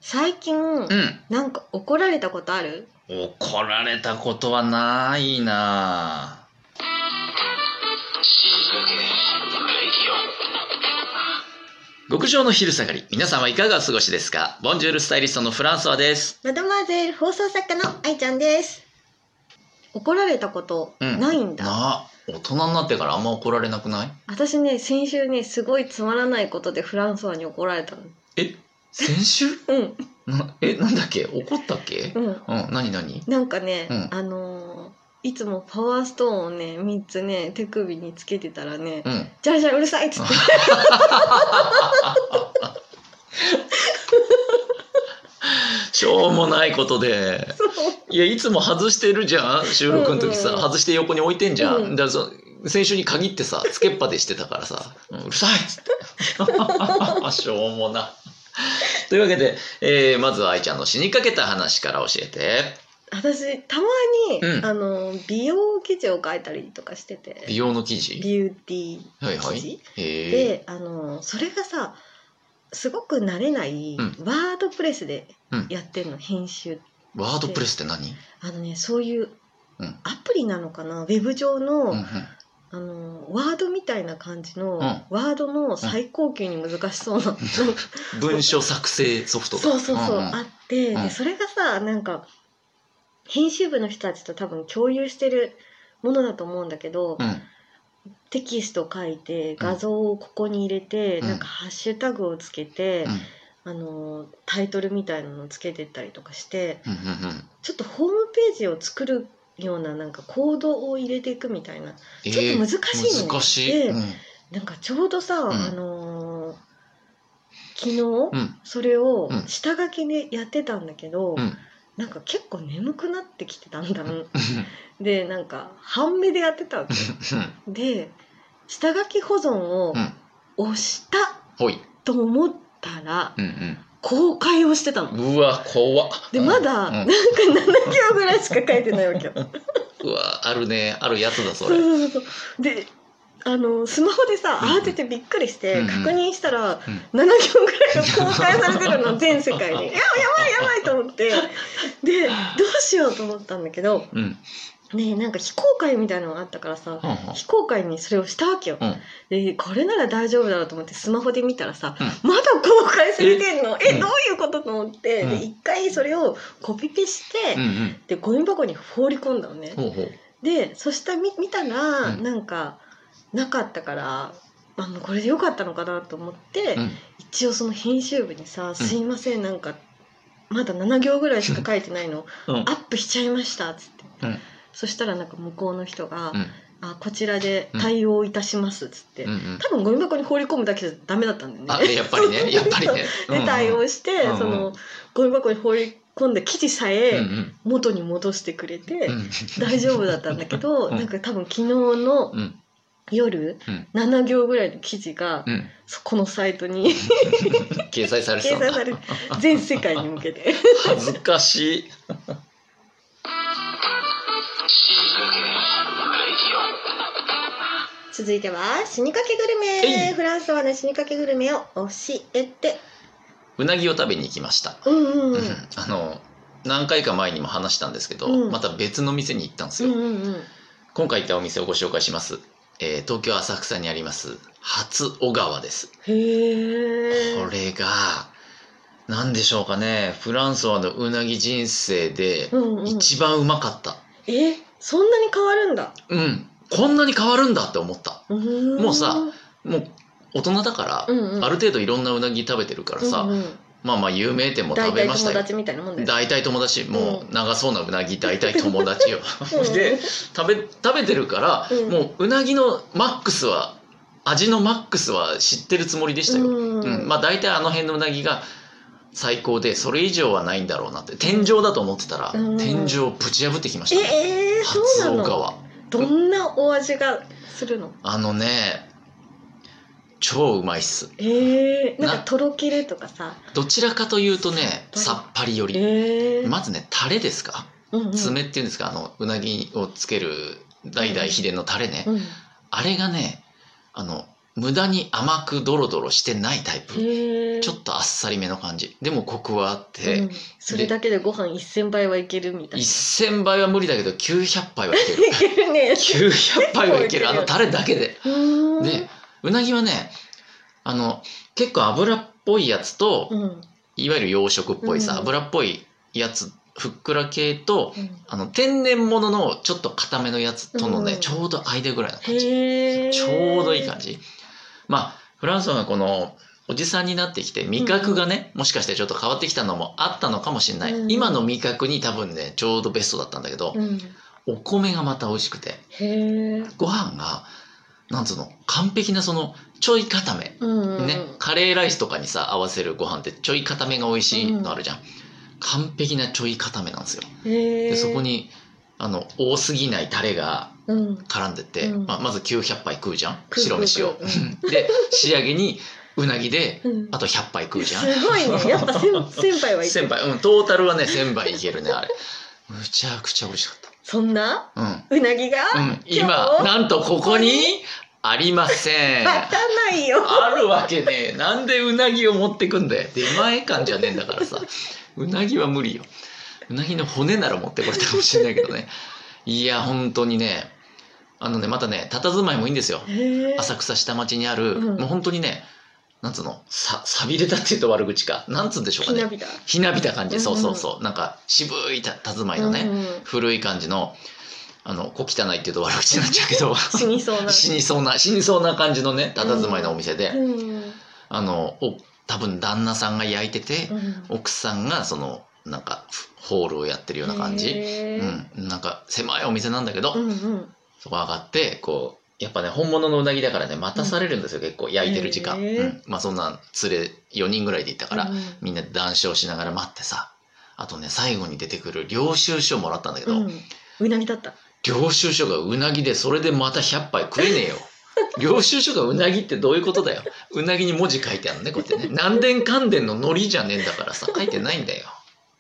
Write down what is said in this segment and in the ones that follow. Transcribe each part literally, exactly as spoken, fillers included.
最近、 うん。 なんか怒られたことある？ 怒られたことはないな。極上の昼下がり、皆さんはいかがお過ごしですか？ボンジュールスタイリストのフランソワです。 マドマーゼル放送作家の愛ちゃんです。怒られたことうんないんだ、 な大人になってからあんま怒られなくない？ 私ね、先週ね、すごいつまらないことでフランソワに怒られたの。 え先週うんなえなんだっけ、怒ったっけ？ うんうん何何なんかね、 うんあのーいつもパワーストーンをねみっつね手首につけてたらね、 うんじゃあじゃあうるさいっつってしょうもないことで。 そういやいつも外してるじゃん、収録の時さ、 うんうんうん外して横に置いてんじゃん、 うんだからそ先週に限ってさつけっぱでしてたからさ、うんうるさいっつってしょうもな。というわけで、えーまずは愛ちゃんの死にかけた話から教えて。 私たまに、 うんあの美容記事を書いたりとかしてて、 美容の記事、 ビューティーはいはい、 記事、 へえ。 であのそれがさすごく慣れないうんワードプレスでうんやってるの、編集。 ワードプレスって何？ あのね、そういううんアプリなのかな、ウェブ上の、 うんうんあのワードみたいな感じの、 うんワードの最高級に難しそうな、 文章作成ソフトがそうそうそう、 んんあって、 うんでそれがさなんか編集部の人たちと多分共有してるものだと思うんだけど、 うんテキスト書いて画像をここに入れて、 うんなんかハッシュタグをつけて、 うんあのタイトルみたいなのをつけてったりとかして、 うんうんちょっとホームページを作るようななんかコードを入れていくみたいな、 えーちょっと難しいのね。 難しい、 でうんなんかちょうどさ、 んあのー昨日、 うんそれをうん下書きでやってたんだけど、 うんなんか結構眠くなってきてたんだんでなんか半目でやってたわけで下書き保存をうん押したほい、 と思ったらうん公開をしてたの。 うん、うわ怖っ。 でまだうんなんかなな行ぐらいしか書いてないわけよ。 うわあるね、あるやつだそそうれ。 そうそうそうであのスマホでさうん慌ててびっくりしてうん確認したら、 うんなな行ぐらいが公開されてるの全世界に。いややばいやばいと思ってでどうしようと思ったんだけどうんね、なんか非公開みたいなのがあったからさ、 うん非公開にそれをしたわけよ。 うんでこれなら大丈夫だろうと思ってスマホで見たらさ、 うんまだ公開されてんのえうんどういうことと思って、 うんで一回それをコピペして、 うんうんでゴミ箱に放り込んだのね。 ほうほうでそしたら見見たら、 うんなんかなかったからあもうこれでよかったのかなと思って、 うん一応その編集部にさ「すいませんなんかまだなな行ぐらいしか書いてないのうんアップしちゃいました」っつって。 うんそしたらなんか向こうの人が「 うんあこちらで対応いたします」っつって、 うんうん多分ゴミ箱に放り込むだけじゃダメだったんだよね。 あやっぱりねやっぱりねで対応して、 うんうんそのゴミ箱に放り込んだ記事さうんうえん元に戻してくれて、 うん大丈夫だったんだけど、 うんなんか多分昨日のうん夜、 うんなな行ぐらいの記事が、 うんそこのサイトに掲載されてたんだ。 掲載される全世界に向けて恥ずかしい。 続いては死にかけグルえいメ。フランスはね死にかけグルメを教えて。 うなぎを食べに行きました。 うんうんうんうんあの何回か前にも話したんですけど、 うんまた別の店に行ったんですよ。 うんうんうん今回行ったお店をご紹介します。えー東京浅草にあります初小川です。 へえ。 これが何でしょうかね、フランソワのうなぎ人生でうんうん一番うまかった。 えそんなに変わるんだ。 うん、こんなに変わるんだって思った。 うーんもうさもう大人だから、 うんうんある程度いろんなうなぎ食べてるからさ、 うんうんまあまあ有名店も大食べましたよ。 体友達みたいなもんだよ。 大体友達、もうう長そうなうなぎ大体友達よ。 うんで食べ食べてるから、 うんもううなぎのマックスは味のマックスは知ってるつもりでしたよ。 うんうんまあ大体あの辺のうなぎが最高でそれ以上はないんだろうなって、天井だと思ってたら、 うん天井をぶち破ってきましたね。 ええー、そう初なの。 小川。 どんなお味がするの？ あのね超うまいっす。 ええー、なんかなとろけるとかさ。 どちらかというとねささっぱりより、 ええー。 まずねタレですか、 うんうん、 爪っていうんですか、あのうなぎをつける代々秘伝のタレね、 うん、 あれがねあの無駄に甘くドロドロしてないタイプ、 へーちちょっとあっさりめの感じでもコクはあって、 うん、それだけでご飯せんばいはいけるみたいな。 せんばいは無理だけどきゅうひゃくぱいはいけるいけるね。 きゅうひゃくぱいはいけるあのタレだけで。 うんでうなぎはねあの結構油っぽいやつと、 うん、 いわゆる養殖っぽいさ、 うん、 油っぽいやつふっくら系と、 うん、 あの天然物のちょっと固めのやつとのね、 うん、 ちょうど間ぐらいの感じ。 へーちょうどいい感じ。まあフランスはこのおじさんになってきて味覚がね、もしかしてちょっと変わってきたのもあったのかもしれない、 うん、 今の味覚に多分ねちょうどベストだったんだけど、 うん、 お米がまた美味しくて、 へーご飯がなんつうの完璧なそのちょい固め、 うん、 ね、カレーライスとかにさ合わせるご飯ってちょい固めが美味しいのあるじゃん、うん、完璧なちょい固めなんですよ。 へーでそこにあの多すぎないタレが絡んでて、 うん、 まあ、まずきゅうひゃくぱい食うじゃん、 食う白飯を、 食う食うで仕上げにうなぎでうんあとひゃっぱい食うじゃん、 すごいね。やっぱせん先輩はいける。 せんぱい、うん、トータルはねせんばいいけるねあれ。むちゃくちゃ美味しかっそんなた。うんうなぎが、 うん、今今日なんとここにありません。 勝たないよ。 あるわけねえ。なんでうなぎを持ってくんだよ。出前館じゃねえんだからさ。うなぎは無理よ。うなぎの骨なら持ってこれたかもしれないけどね。いや本当にねあのねまたね佇まいもいいんですよ。 へー浅草下町にある、 うんもう本当にねなんつうのさ寂れたっていうと悪口かなんつうんでしょうかね。 ひなびた。 ひなびた感じ、 うんそうそうそうなんか渋いた佇まいのね、 うんうん古い感じのあの小汚いっていうと悪口になっちゃうけど死にそうな。 死にそうな死にそうな感じのね佇まいのお店で、 うんあのお多分旦那さんが焼いてて、 うん奥さんがそのなんかホールをやってるような感じ、 へーうん、なんか狭いお店なんだけど、 うんうんそこ上がってこうやっぱね本物のうなぎだからね待たされるんですよ、結構焼いてる時間、 へーうん、まあそんな連れよにんぐらいで行ったから、 うんみんなで談笑しながら待ってさあとね最後に出てくる領収書もらったんだけど、 うんうなぎだった。 領収書がうなぎでそれでまたひゃっぱい食えねえよ。領収書がうなぎってどういうことだよ。うなぎに文字書いてあるのねこうやってね。南伝関伝のノリじゃねえんだからさ書いてないんだよ。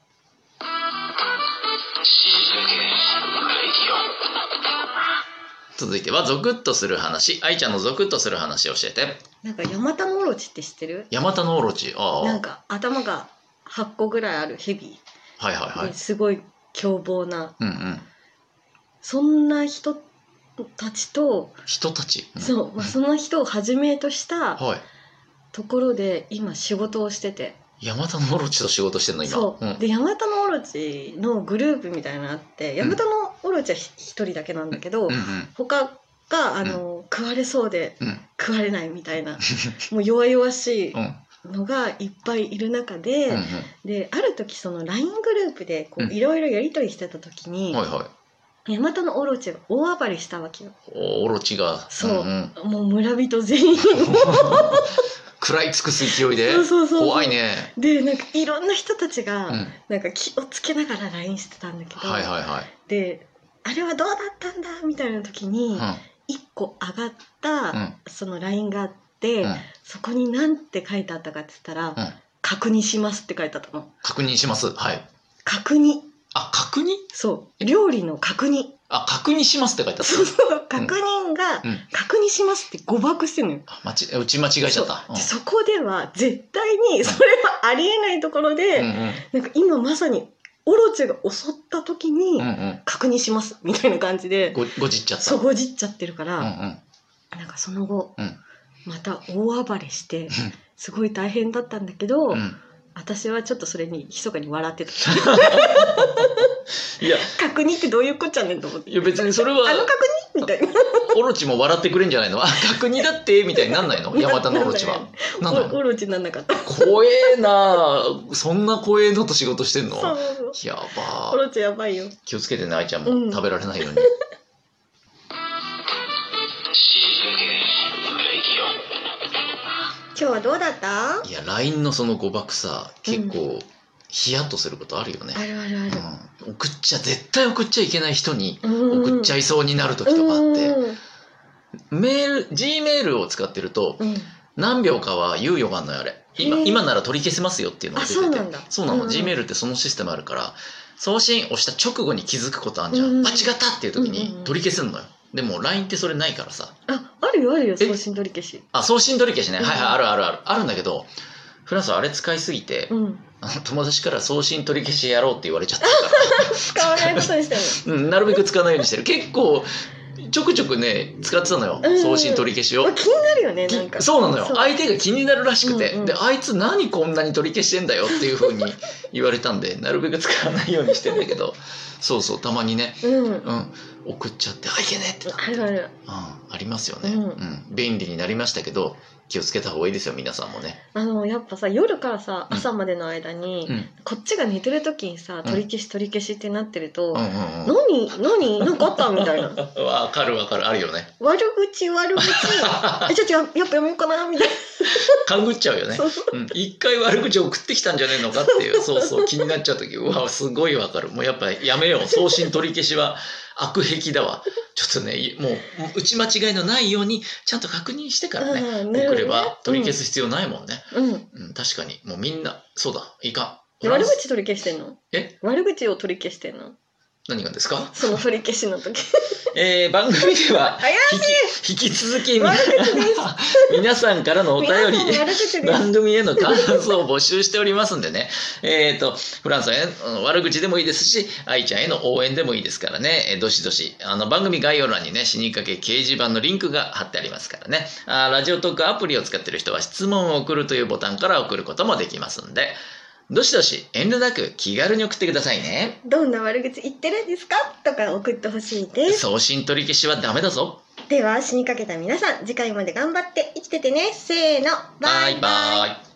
続いてはゾクッとする話。愛ちゃんのゾクッとする話を教えて。 なんかヤマタノオロチって知ってる？ ヤマタノオロチ。ああ。 なんか頭がはっこぐらいあるヘビはいはいはい。 ですごい凶暴な、 うんうん。 そんな人たちと、 人たち。うんそう、まあ、その人をはじめとしたはい。 ところで今仕事をしてて、 ヤマタノオロチと仕事してんの今。 そう、 ん、 でヤマタノオロチのグループみたいなのあってヤマタノオロチはひ一人だけなんだけど、 うんうん他があの、食われそうでうん食われないみたいなもう弱々しうんいのがいっぱいいる中で、 うんである時その ライン グループでこうんういろいろやり取りしてた時に、 うん。はいはい。 ヤマタノオロチが大暴れしたわけよ。 おオロチが。 そう、 んんもう村人全員食らい尽くす勢いで。 そうそうそうそう怖いね。 でなんかいろんな人たちが、 うん。 なんか気をつけながら ライン してたんだけど、 はいはいはい。 であれはどうだったんだみたいな時に、いっこ上がった、 うんその ライン があって、 うんうん。 そこに何て書いてあったかって言ったら、 うん確認しますって書いてあったの。 確認します。はい。 確認。 あ、確認？ そう料理の確認。 あ、確認しますって書いてあった。 そうそう確認が、 うん。 確認しますって誤爆してるのよ。 あ、間違、うち間違えちゃった。 そうでそこでは絶対にそれはありえないところで、 うんうんなんか今まさにオロチが襲った時にうんうん。 確認しますみたいな感じで、 ご、ごじっちゃった。 そうごじっちゃってるから、 うんうん。 なんかその後、 うんまた大暴れしてすごい大変だったんだけど、 うん。 私はちょっとそれに密かに笑ってた。 いや、 確認ってどういうこっちゃねんと思って。 いや別にそれはあの確認みたいな。 オロチも笑ってくれんじゃないの？あ、確認だってみたいになんないの？ヤマタノオロチは。なんないの？ オロチなんなかった。 怖えなあ。そんな怖えのと仕事してんの？ そうそうそう。 やばー。 オロチやばいよ。 気をつけてね、愛ちゃんも、 うん食べられないように。 今日はどうだった？ いや ライン のその誤爆さ結構ヒヤッとすることあるよね、 あるあるある。 うん、送っちゃ絶対送っちゃいけない人にうん送っちゃいそうになる時とかあって、 うんメール G メールを使ってるとうん何秒かは猶予があるのよあれ。今へー今なら取り消せますよっていうのが出てて、 あそうなんだそうなの、 うん G メールってそのシステムあるから送信押した直後に気づくことあるじゃん、 うんあ違ったっていう時うんうんうんに取り消せんのよ。でも ライン ってそれないからさ。 ああるよあるよえ送信取り消し。 あ送信取り消しね、 うんはいはいあるあるあるあるんだけどフランスはあれ使いすぎて、 うんあの友達から送信取り消しやろうって言われちゃったか使わないことにしてるら、うん、なるべく使わないようにしてる。結構ちょくちょくね使ってたのよ、 うん送信取り消しを。 の気になるよね、 きなんかそうなのよ、 そう相手が気になるらしくて、 うんうんであいつ何こんなに取り消してんだよっていう風に言われたんでなるべく使わないようにしてんだけど、そうそうたまにね、 うんうん送っちゃってあいけねえってなって、 あるある。 うん、ありますよね、 うんうん、便利になりましたけど気をつけた方がいいですよ皆さんもね。 あのやっぱさ夜からさうん朝までの間に、 うんこっちが寝てる時にさ取り消し取り消しってなってると、 うんうんうん何何なんかあったみたいなわかるわかるあるよね。 悪口悪口えちょっとややっぱやめようかなみたいな勘ぐっちゃうよね。 そううん、一回悪口送ってきたんじゃねえのかっていう、そうそう気になっちゃう時、うわすごいわかる。もうやっぱやめよう、送信取り消しは悪癖だわ。ちょっとねもう打ち間違いのないようにちゃんと確認してからね、 うんなるほどね送れば取り消す必要ないもんね。 うんうん、確かにもうみんなそうだいかん。 で悪口取り消してんのえ悪口を取り消してんの何がですか？ その取り消しの時えー、番組では怪引き引き続きみ悪口です皆さんからのお便り皆さん悪口です番組への感想を募集しておりますんでね、えーとフランスへの悪口でもいいですし愛ちゃんへの応援でもいいですからね、えーどしどしあの番組概要欄にね死にかけ掲示板のリンクが貼ってありますからね、あラジオトークアプリを使っている人は質問を送るというボタンから送ることもできますんでどしどし遠慮なく気軽に送ってくださいね。 どんな悪口言ってるんですかとか送ってほしいです。 送信取り消しはダメだぞ。 では死にかけた皆さん次回まで頑張って生きててね。せーのバイバイ。 バイバイ。